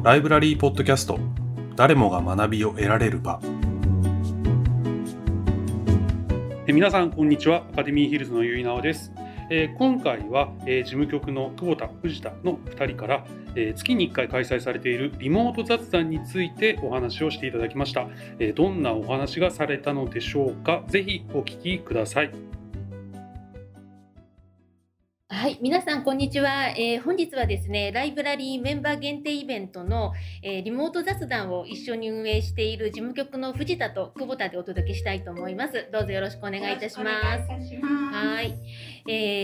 ライブラリーポッドキャスト、誰もが学びを得られる場。皆さんこんにちは。アカデミーヒルズの結井直です。今回は、事務局の久保田、藤田の2人から、月に1回開催されているリモート雑談についてお話をしていただきました。どんなお話がされたのでしょうか。ぜひお聞きください。 はい、皆さんこんにちは。本日はですね、ライブラリーメンバー限定イベントの、リモート雑談を一緒に運営している事務局の藤田と久保田でお届けしたいと思います。どうぞよろしくお願いいたします。はい、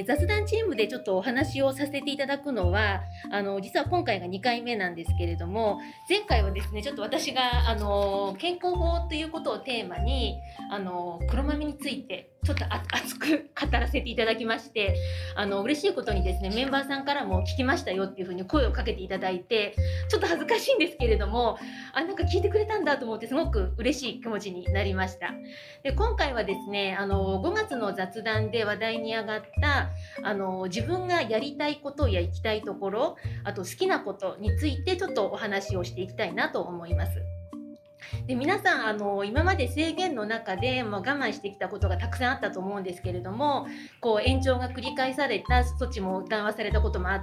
雑談チームでちょっとお話をさせていただくのは、実は今回が2回目なんですけれども、前回はですね、ちょっと私が健康法ということをテーマに黒豆についてちょっと熱く語らせていただきまして、嬉しいことにですね、メンバーさんからも聞きましたよっていうふうに声をかけていただいて、ちょっと恥ずかしいんですけれども、なんか聞いてくれたんだと思ってすごく嬉しい気持ちになりました。で、今回はですね、5月の雑談で話題に上がった自分がやりたいことや行きたいところ、あと好きなことについてちょっとお話をしていきたいなと思います。で、皆さん今まで制限の中で我慢してきたことがたくさんあったと思うんですけれども、延長が繰り返された措置も緩和されたこともあって、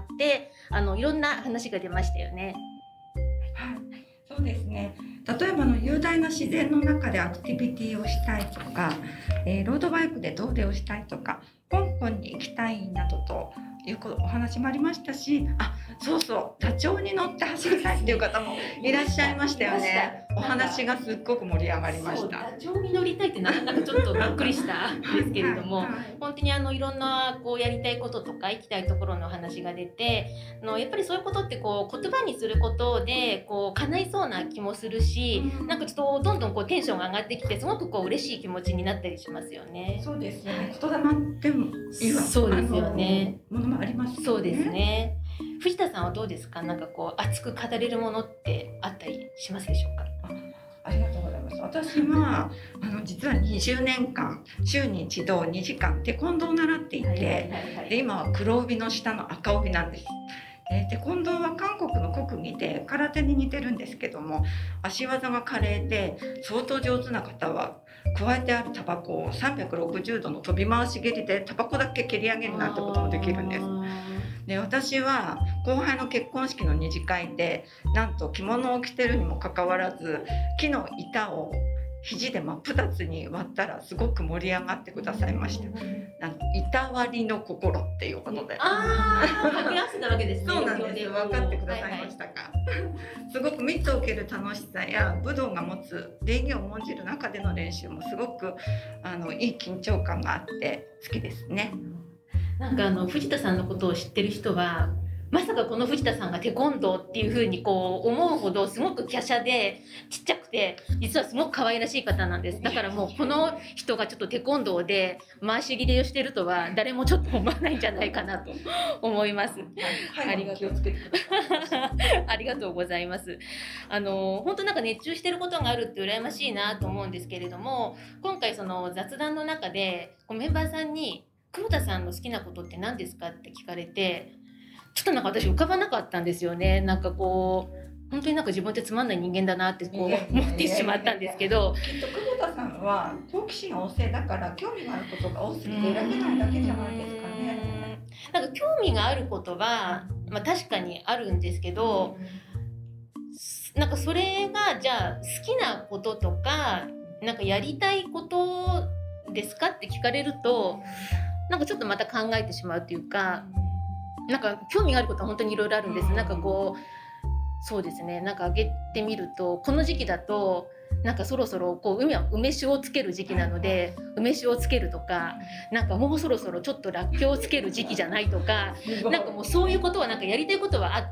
いろんな話が出ましたよね。 はい、そうですね。例えば雄大な自然の中でアクティビティをしたいとか、ロードバイクで遠出をしたいとか、香港に行きたいなどというお話もありましたし、そうそう、ダチョウに乗って走りたいっていう方もいらっしゃいましたよね。お話がすっごく盛り上がりました。 ダチョウに乗りたいってなかなかちょっとびっくりしたんですけれども、本当にいろんなやりたいこととか行きたいところの話が出て、やっぱりそういうことって言葉にすることで叶いそうな気もするし、なんかちょっとどんどんテンションが上がってきて、すごく嬉しい気持ちになったりしますよね。 そうですよね。言霊でもいいわ。 そうですよね。 ものもありますよね。 そうですね。藤田さんはどうですか？なんか熱く語れるものってあったりしますでしょうか？ ありがとうございます。私は実は20年間週に一度2時間テコンドーを習っていて、で今は黒帯の下の赤帯なんです。テコンドーは韓国の国技で空手に似てるんですけども、足技が華麗で相当上手な方は加えてあるタバコを360度の飛び回し蹴りでタバコだけ蹴り上げるなんてこともできるんです。で、私は後輩の結婚式の二次会でなんと着物を着てるにもかかわらず木の板を肘で真っ二つに割ったらすごく盛り上がってくださいました。板割りの心っていうことで掛け合わせたわけですね。 そうなんです。分かってくださいましたか？すごくミットを受ける楽しさや武道が持つ礼儀を重んじる中での練習もすごくいい緊張感があって好きですね。 なんか藤田さんのことを知ってる人は、まさかこの藤田さんがテコンドーっていう風に思うほどすごく華奢でちっちゃくて、実はすごく可愛らしい方なんです。だからもうこの人がちょっとテコンドーで回し切りをしてるとは誰もちょっと思わないんじゃないかなと思います。ありがとう。ありがとうございます。本当なんか熱中してることがあるって羨ましいなと思うんですけれども、今回その雑談の中でメンバーさんに久保田さんの好きなことって何ですかって聞かれて、ちょっとなんか私浮かばなかったんですよね。なんか本当になんか自分ってつまんない人間だなって思ってしまったんですけど、 きっと久保田さんは好奇心旺盛だから興味があることが多すぎて選べないだけじゃないですかね。 なんか興味があることは、確かにあるんですけど、なんかそれがじゃあ好きなこととかなんかやりたいことですかって聞かれると、なんかちょっとまた考えてしまうっていうか、なんか興味があることは本当にいろいろあるんです。なんかそうですね、なんか挙げてみると、この時期だとなんかそろそろ梅酒をつける時期なので梅酒をつけるとか、なんかもうそろそろちょっとらっきょうをつける時期じゃないとか、なんかもうそういうことはなんかやりたいことはあって、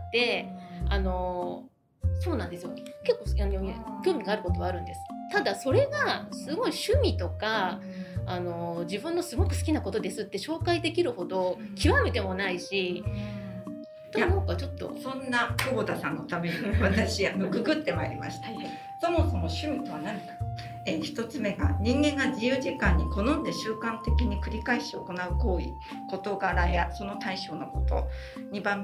そうなんですよ。結構興味があることはあるんです。ただそれがすごい趣味とか自分のすごく好きなことですって紹介できるほど極めてもないし、なんかちょっとそんな久保田さんのために私ググってまいりました。そもそも趣味とは何か。一つ目が人間が自由時間に好んで習慣的に繰り返し行う行為、事柄やその対象のこと。2番目、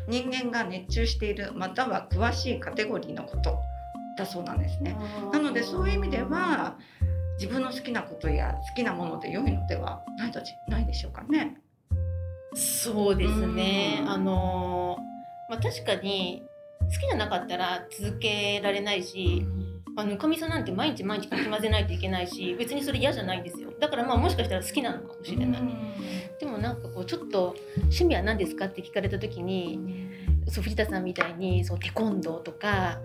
人間が熱中しているまたは詳しいカテゴリーのことだそうなんですね。なのでそういう意味では自分の好きなことや好きなもので良いのではないでしょうかね。 そうですね。確かに好きじゃなかったら続けられないし、ぬかみそなんて毎日かき混ぜないといけないし、別にそれ嫌じゃないんですよ。だからもしかしたら好きなのかもしれない。でもなんかちょっと趣味は何ですかって聞かれた時に、藤田さんみたいにテコンドーとか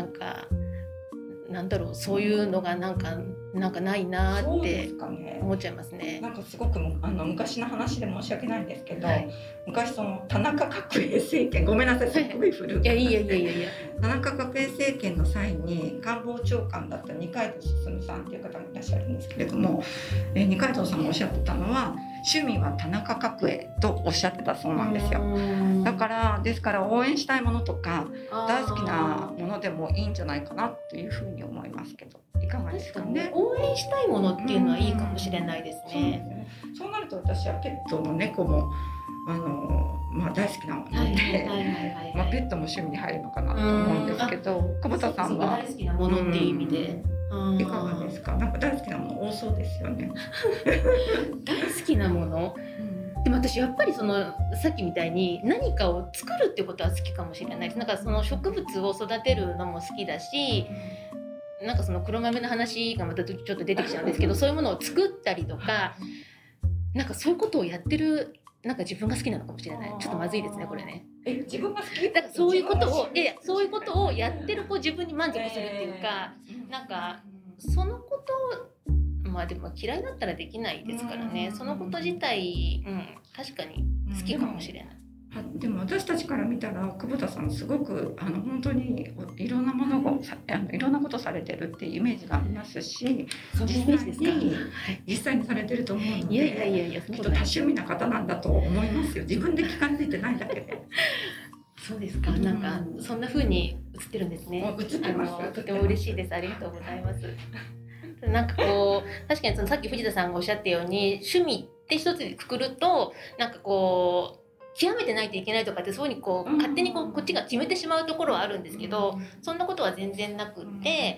そういうのがなんかないなって思っちゃいますね。 なんかすごく昔の話で申し訳ないんですけど、昔その田中角栄政権、ごめんなさいすごい古い。 いや田中角栄政権の際に官房長官だった二階堂進さんっていう方がいらっしゃるんですけれども、二階堂さんがおっしゃってたのは趣味は田中角栄とおっしゃってたそうなんですよ。ですから応援したいものとか大好きなものでもいいんじゃないかなというふうに思いますけど、いかがですかね。 応援したいものっていうのはいいかもしれないですね。 そうなると私はペットの猫も大好きなもので、ペットも趣味に入るのかなと思うんですけど、久保田さんは大好きなものっていう意味でいかがですか。なんか大好きなもの多そうですよね。 大好きなもの、でも私やっぱりさっきみたいに何かを作るっていうことは好きかもしれないです。なんかその植物を育てるのも好きだし、なんかその黒豆の話がまたちょっと出てきちゃうんですけど、そういうものを作ったりとか、なんかそういうことをやってるなんか自分が好きなのかもしれない。ちょっとまずいですねこれね。 自分が好き？ だからそういうことをやってる自分に満足するっていうか、なんかそのことでも嫌いだったらできないですからね。そのこと自体、確かに好きかもしれない。 でも私たちから見たら久保田さんすごく本当にいろんなものをいろんなことされてるっていうイメージがありますし、実際にされてると思うので、きっと多趣味な方なんだと思いますよ。自分で気が付いてないだけで。 そうですか。なんかそんな風に映ってるんですね。 映ってます。 とても嬉しいです。ありがとうございます。なんか確かにさっき藤田さんがおっしゃったように、趣味って一つでくくるとなんか極めてないといけないとかってそういうふうに勝手にこっちが決めてしまうところはあるんですけど、そんなことは全然なくって、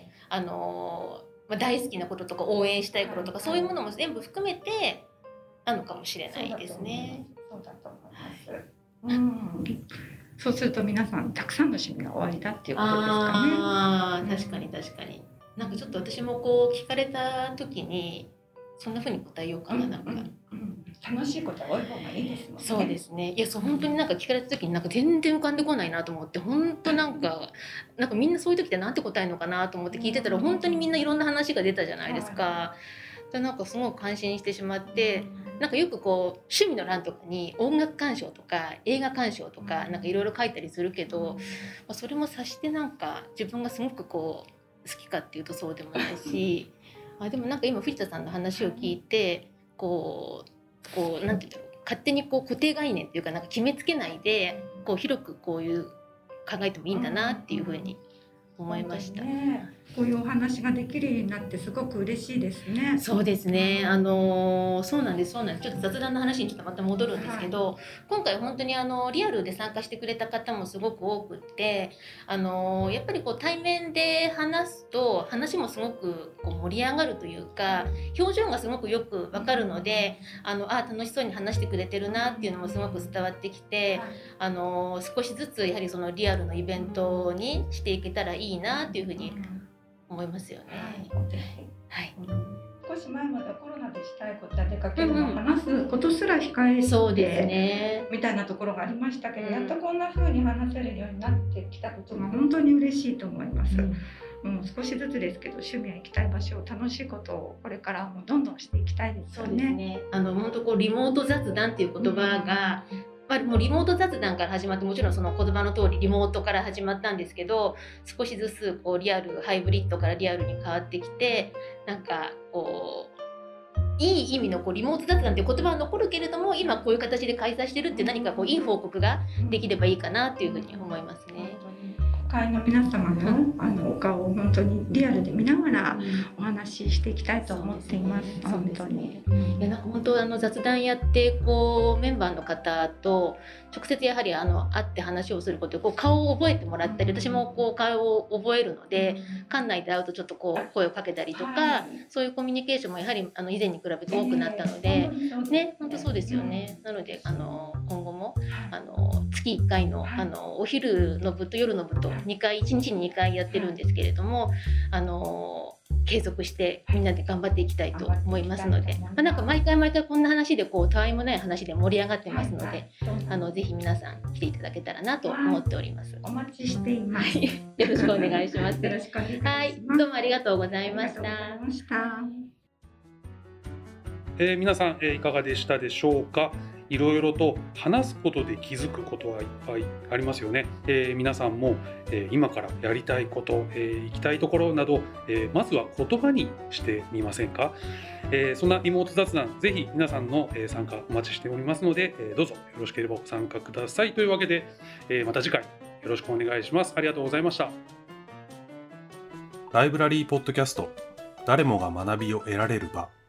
大好きなこととか応援したいこととかそういうものも全部含めてなのかもしれないですね。 そうだと思います。そうすると皆さんたくさんの趣味が終わりだっていうことですかね。 確かに。なんかちょっと私も聞かれた時にそんな風に答えようかな。 楽しいことは多い方がいいですもんね。 そうですね。本当になんか聞かれた時になんか全然浮かんでこないなと思って、本当なんかみんなそういう時ってなんて答えるのかなと思って聞いてたら、本当にみんないろんな話が出たじゃないですか。なんかすごく感心してしまって、なんかよく趣味の欄とかに音楽鑑賞とか映画鑑賞とかなんかいろいろ書いたりするけど、それも察してなんか自分がすごく好きかっていうとそうでもないし、でもなんか今藤田さんの話を聞いてなんていうんだろう、勝手に固定概念っていうかなんか決めつけないで広くこういう考えてもいいんだなっていうふうに思いました。 こういうお話ができるようになってすごく嬉しいですね。 そうですね。そうなんです。ちょっと雑談の話にちょっとまた戻るんですけど、今回本当にリアルで参加してくれた方もすごく多くって、やっぱり対面で話すと話もすごく盛り上がるというか、表情がすごくよくわかるので、楽しそうに話してくれてるなっていうのもすごく伝わってきて、少しずつやはりそのリアルのイベントにしていけたらいいなっていうふうに思いますよね。はい。 少し前までコロナでしたいことや出かけるのを話すことすら控えそうですねみたいなところがありましたけど、やっとこんな風に話せるようになってきたことが本当に嬉しいと思います。少しずつですけど趣味や行きたい場所を楽しいことをこれからもどんどんしていきたいですよね。 そうですね。本当リモート雑談っていう言葉が、もうリモート雑談から始まって、もちろんその言葉の通りリモートから始まったんですけど、少しずつリアルハイブリッドからリアルに変わってきて、なんかいい意味のリモート雑談っていう言葉は残るけれども、今こういう形で開催してるって何かいい報告ができればいいかなっていうふうに思いますね。 会の皆様のお顔を本当にリアルで見ながらお話ししていきたいと思っています。本当に。 いやなんか本当雑談やってメンバーの方と直接やはり会って話をすることで顔を覚えてもらったり、私も顔を覚えるので、館内で会うとちょっと声をかけたりとか、そういうコミュニケーションもやはり以前に比べて多くなったので、ね、本当そうですよね。なので今後も月1回のお昼の部と夜の部と2回1日に2回やってるんですけれども、継続してみんなで頑張っていきたいと思いますので、なんか毎回こんな話でたわいもない話で盛り上がってますので、ぜひ皆さん来ていただけたらなと思っております。 お待ちしています。 よろしくお願いします。 よろしくお願いします。 はい、どうもありがとうございました。 皆さん、いかがでしたでしょうか。いろいろと話すことで気づくことはいっぱいありますよね。皆さんも、今からやりたいこと、行きたいところなど、まずは言葉にしてみませんか。そんなリモート雑談、ぜひ皆さんの参加お待ちしておりますので、どうぞよろしければご参加ください。というわけで、また次回よろしくお願いします。ありがとうございました。 ライブラリーポッドキャスト、誰もが学びを得られる場。